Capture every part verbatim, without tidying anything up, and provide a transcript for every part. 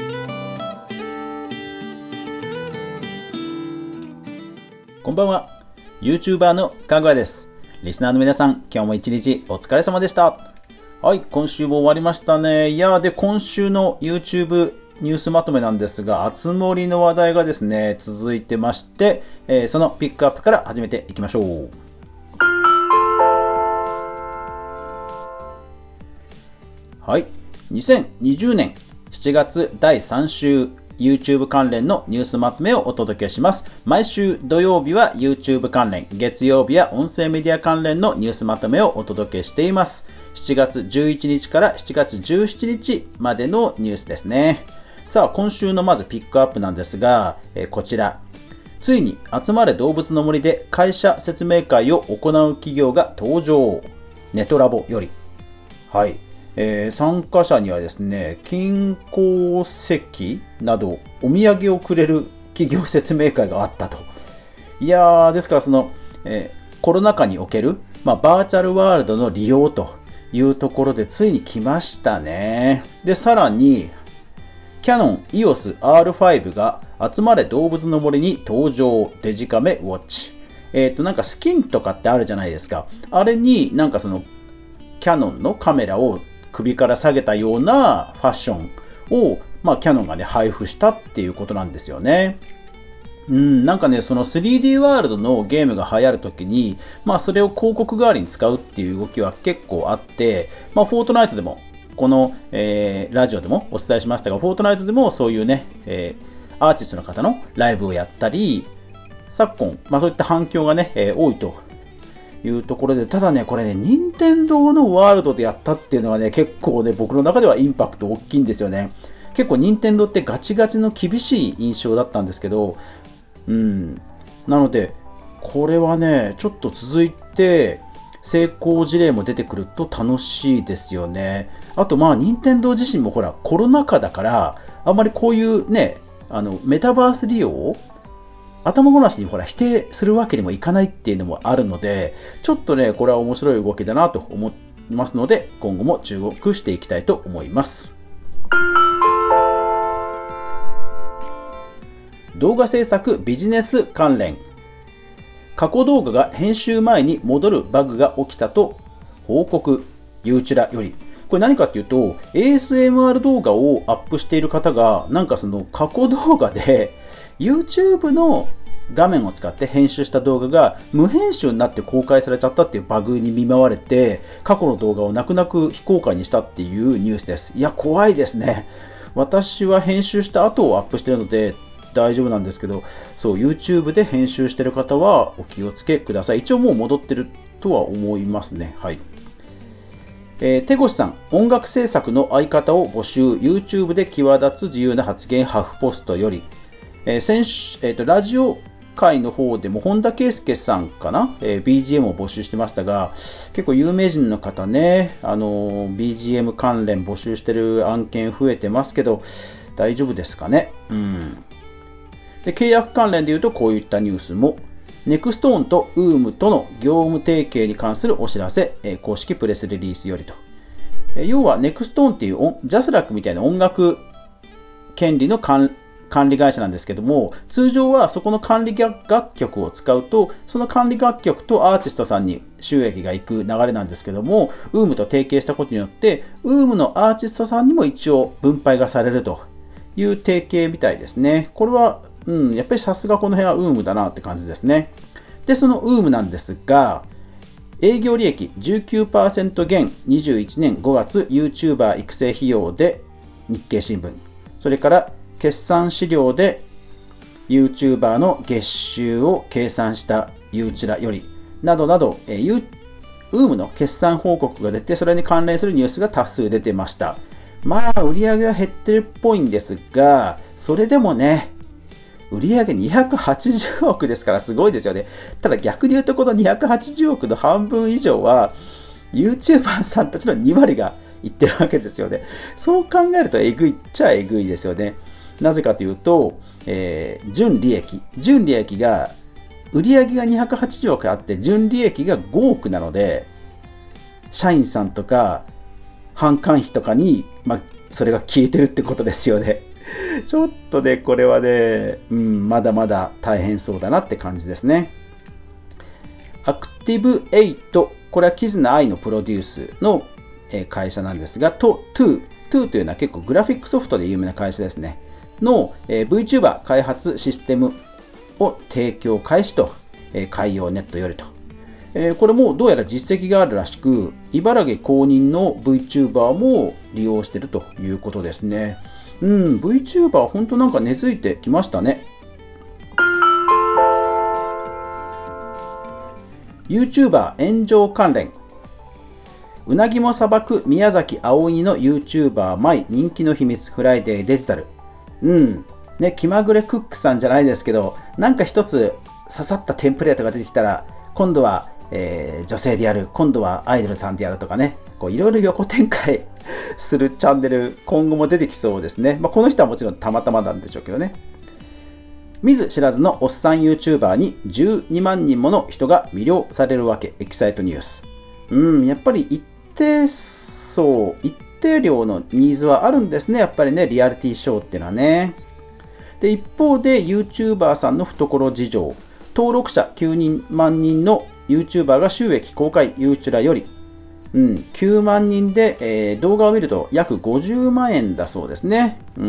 こんばんは。YouTuber のかぐわです。リスナーの皆さん、今日も一日お疲れ様でした。はい、今週も終わりましたね。いやーで、今週の YouTube ニュースまとめなんですが、あつ森の話題がですね、続いてまして、えー、そのピックアップから始めていきましょう。はい、にせんにじゅうねんしちがつだいさん週、YouTube 関連のニュースまとめをお届けします。毎週土曜日は YouTube 関連、月曜日は音声メディア関連のニュースまとめをお届けしています。しちがつじゅういちにちからしちがつじゅうしちにちまでのニュースですね。さあ、今週のまずピックアップなんですが、えー、こちら。ついに集まれ動物の森で会社説明会を行う企業が登場。ネトラボより。はい。えー、参加者にはですね、金鉱石などお土産をくれる企業説明会があったと。いやー、ですからその、えー、コロナ禍における、まあ、バーチャルワールドの利用というところでついに来ましたね。で、さらに、キヤノン イーオーエスアールファイブ が集まれ動物の森に登場。デジカメウォッチ。えっと、なんかスキンとかってあるじゃないですか。あれになんかそのキヤノンのカメラを首から下げたようなファッションを、まあ、キヤノンがね、配布したっていうことなんですよね。うん、なんかね、その スリーディー ワールドのゲームが流行るときに、まあ、それを広告代わりに使うっていう動きは結構あって、まあ、フォートナイトでも、この、えー、ラジオでもお伝えしましたが、フォートナイトでもそういうね、えー、アーティストの方のライブをやったり、昨今、まあ、そういった反響がね、えー、多いというところで、ただね、これね、任天堂のワールドでやったっていうのはね、結構ね、僕の中ではインパクト大きいんですよね。結構任天堂ってガチガチの厳しい印象だったんですけど、うん。なので、これはね、ちょっと続いて、成功事例も出てくると楽しいですよね。あと、まあ、任天堂自身もほら、コロナ禍だから、あんまりこういうね、あの、メタバース利用を頭ごなしにほら否定するわけにもいかないっていうのもあるので、ちょっとね、これは面白い動きだなと思いますので、今後も注目していきたいと思います。動画制作ビジネス関連。過去動画が編集前に戻るバグが起きたと報告。ユーチュラより。これ何かっていうと、エーエスエムアール 動画をアップしている方が、なんかその過去動画で、YouTube の画面を使って編集した動画が無編集になって公開されちゃったっていうバグに見舞われて、過去の動画を泣く泣く非公開にしたっていうニュースです。いや、怖いですね。私は編集した後をアップしてるので大丈夫なんですけど、そう、YouTube で編集してる方はお気をつけください。一応もう戻ってるとは思いますね。はい。えー、手越さん、音楽制作の相方を募集。YouTube で際立つ自由な発言、ハフポストより。えー先週えー、とラジオ界の方でも本田圭佑さんかな、えー、ビージーエム を募集してましたが、結構有名人の方ね、あのー、ビージーエム 関連募集してる案件増えてますけど、大丈夫ですかね。うん。で、契約関連で言うとこういったニュースも、ネクストーンと ウーム との業務提携に関するお知らせ、えー、公式プレスリリースよりと。えー、要は ネクストーン っていうジャスラックみたいな音楽権利の関管理会社なんですけども、通常はそこの管理楽曲を使うと、その管理楽曲とアーティストさんに収益がいく流れなんですけども、ウーム と提携したことによって、ウーム のアーティストさんにも一応分配がされるという提携みたいですね。これは、うん、やっぱりさすがこの辺は ウーム だなって感じですね。で、その ウーム なんですが、営業利益 じゅうきゅうパーセント 減、にじゅういちねんごがつ YouTuber 育成費用で日経新聞、それから決算資料で YouTuber の月収を計算したユーチュラよりなどなど、えー、ウーム の決算報告が出て、それに関連するニュースが多数出てました。まあ売り上げは減ってるっぽいんですが、それでもね、売上にひゃくはちじゅうおくですからすごいですよね。ただ逆に言うとこのにひゃくはちじゅうおくの半分以上は YouTuber さんたちのにわりがいってるわけですよね。そう考えるとえぐいっちゃえぐいですよね。なぜかというと、えー、純利益。純利益が、売上がにひゃくはちじゅうおくあって、純利益がごおくなので、社員さんとか、販管費とかに、まあ、 それが消えてるってことですよね。ちょっとね、これはね、うん、まだまだ大変そうだなって感じですね。アクティブエイト、これはキズナアイのプロデュースの会社なんですが、と、トゥー、トゥーというのは結構グラフィックソフトで有名な会社ですね。の VTuber 開発システムを提供開始と、海洋ネットよりと。これもどうやら実績があるらしく、茨城公認の VTuber も利用しているということですね。うん、VTuber 本当なんか根付いてきましたね。YouTuber 炎上関連。うなぎもさばく宮崎あおいの YouTuber 舞人気の秘密フライデーデジタル。うん。ね、気まぐれクックさんじゃないですけど、なんか一つ刺さったテンプレートが出てきたら、今度は、えー、女性でやる、今度はアイドルさんでやるとかね、こういろいろ横展開するチャンネル、今後も出てきそうですね。まあ、この人はもちろんたまたまなんでしょうけどね。見ず知らずのおっさん YouTuber にじゅうにまんにんもの人が魅了されるわけ。エキサイトニュース。うん、やっぱり一定層、一定量のニーズはあるんですね。やっぱりね、リアリティショーっていうのはね。で、一方で YouTuber さんの懐事情。登録者きゅうまんにんの YouTuber が収益公開 ユーチュラより、うん、きゅうまんにんで、えー、動画を見ると約ごじゅうまんえんだそうですね。うん、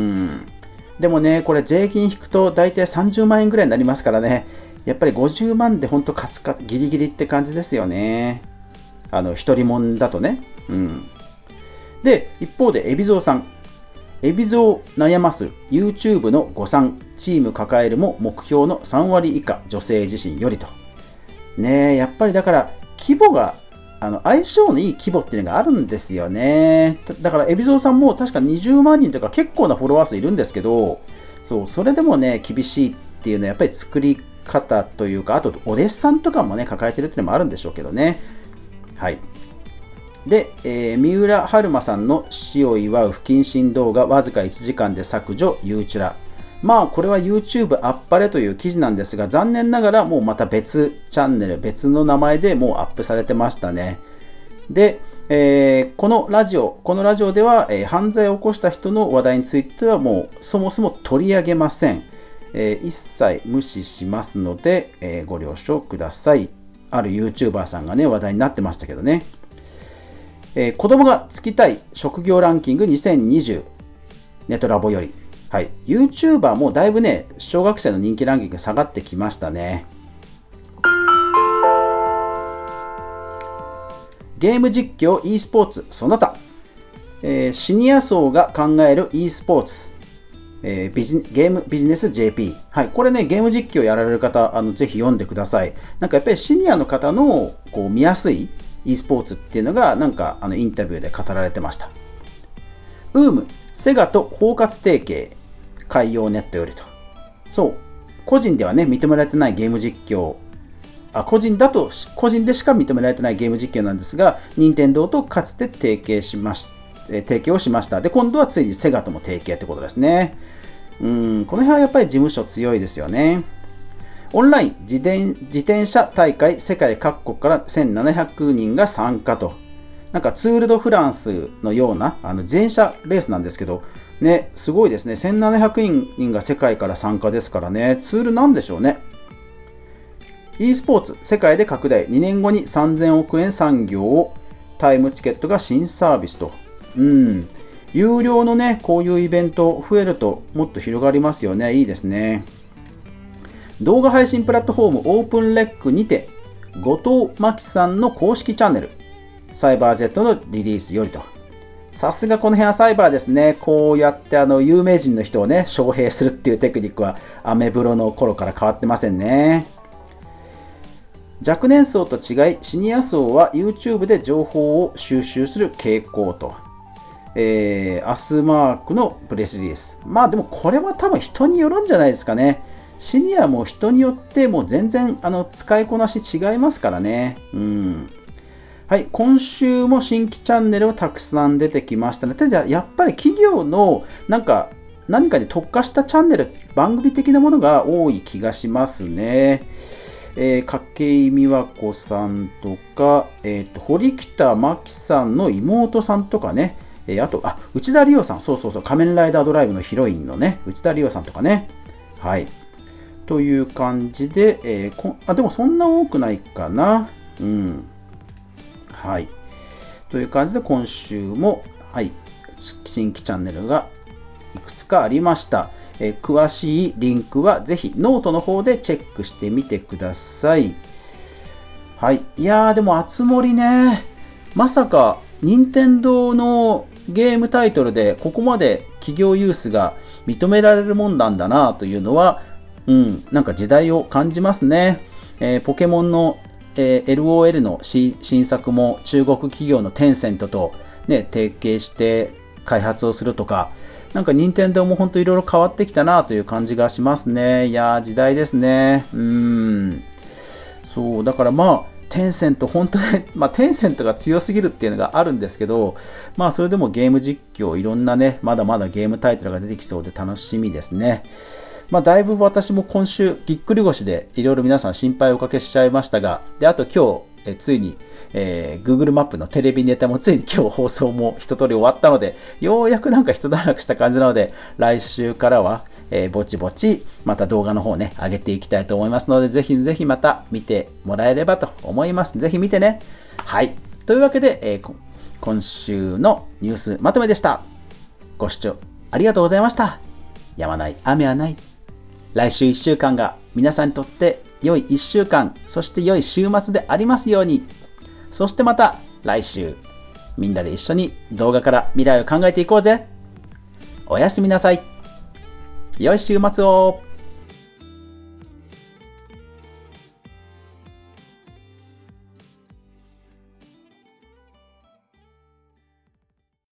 でもね、これ税金引くと大体さんじゅうまんえんぐらいになりますからね。やっぱりごじゅうまんで本当勝つかギリギリって感じですよね。あの、一人もんだとね。うん。で、一方で、海老蔵さん。海老蔵悩ます YouTube の誤算。チーム抱えるも目標のさんわり以下。女性自身よりと。ねえ、やっぱりだから、規模が、あの、相性のいい規模っていうのがあるんですよね。だから、海老蔵さんも確かにじゅうまんにんとか結構なフォロワー数いるんですけど、そう、それでもね、厳しいっていうのはやっぱり作り方というか、あと、お弟子さんとかもね、抱えてるっていうのもあるんでしょうけどね。はい。で、えー、三浦春馬さんの死を祝う不謹慎動画わずかいちじかんで削除、ユーチュラ。まあ、これは YouTube あっぱれという記事なんですが、残念ながらもうまた別チャンネル、別の名前でもうアップされてましたね。で、えー、このラジオ、このラジオでは、えー、犯罪を起こした人の話題についてはもうそもそも取り上げません。えー、一切無視しますので、えー、ご了承ください。ある YouTuber さんがね、話題になってましたけどね。えー、子供がつきたい職業ランキングにせんにじゅうネトラボより、はい、YouTuber もだいぶね、小学生の人気ランキング下がってきましたね。ゲーム実況 e スポーツその他、えー、シニア層が考える e スポーツ、えー、ビジゲームビジネス ジェーピー、はい、これね、ゲーム実況やられる方、あのぜひ読んでください。なんかやっぱりシニアの方のこう見やすいe スポーツっていうのがなんかあのインタビューで語られてました。ウーム、セガと包括提携、海洋ネットよりと。そう、個人ではね、認められてないゲーム実況、あ、個人だと、個人でしか認められてないゲーム実況なんですが、任天堂とかつて提携しまし、提携をしました。で、今度はついにセガとも提携ってことですね。うん、この辺はやっぱり事務所強いですよね。オンライン自転、自転車大会、世界各国からせんななひゃくにんが参加と。なんかツール・ド・フランスのようなあの自転車レースなんですけど、ね、すごいですね。せんななひゃくにんが世界から参加ですからね。ツールなんでしょうね。e スポーツ、世界で拡大。にねんごにさんぜんおくえん産業をタイムチケットが新サービスと。うん。有料のね、こういうイベント増えるともっと広がりますよね。いいですね。動画配信プラットフォームオープンレックにて、後藤真希さんの公式チャンネル、サイバー Z のリリースよりと。さすがこの辺はサイバーですね。こうやってあの有名人の人をね、招聘するっていうテクニックはアメブロの頃から変わってませんね。若年層と違い、シニア層は YouTube で情報を収集する傾向と。えー、アスマークのプレスリリース。まあでもこれは多分人によるんじゃないですかね。シニアも人によってもう全然あの使いこなし違いますからね。うん。はい、今週も新規チャンネルはたくさん出てきましたね。ただやっぱり企業のなんか何かに特化したチャンネル、番組的なものが多い気がしますね。えー、筧美和子さんとか、えーと、堀北真希さんの妹さんとかね、 えー、あと、あ、内田理央さん、そうそうそう、仮面ライダードライブのヒロインのね、内田理央さんとかね。はい。という感じで、えー、こあ、でもそんな多くないかな。うん。はい。という感じで、今週も、はい、新規チャンネルがいくつかありました。えー、詳しいリンクはぜひノートの方でチェックしてみてください。はい。いやー、でも、あつ森ね、まさか、任天堂のゲームタイトルでここまで企業ユースが認められるもんなんだなというのは、うん、なんか時代を感じますね。えー、ポケモンの、えー、エルオーエル の新作も中国企業のテンセントと、ね、提携して開発をするとか、なんか任天堂も本当いろいろ変わってきたなという感じがしますね。いやー、時代ですね。うん。そう、だからまあ、テンセント、本当に、まあ、テンセントが強すぎるっていうのがあるんですけど、まあ、それでもゲーム実況、いろんなね、まだまだゲームタイトルが出てきそうで楽しみですね。まあ、だいぶ私も今週、ぎっくり腰でいろいろ皆さん心配をおかけしちゃいましたが、で、あと今日、えついに、えー、Google マップのテレビネタもついに今日放送も一通り終わったので、ようやくなんか一段落した感じなので、来週からは、えー、ぼちぼちまた動画の方ね上げていきたいと思いますので、ぜひぜひまた見てもらえればと思います。ぜひ見てね。はい、というわけで、えー、今週のニュースまとめでした。ご視聴ありがとうございました。やまない雨はない。来週いっしゅうかんが皆さんにとって良いいっしゅうかん、そして良い週末でありますように。そしてまた来週みんなで一緒に動画から未来を考えていこうぜ。おやすみなさい。良い週末を。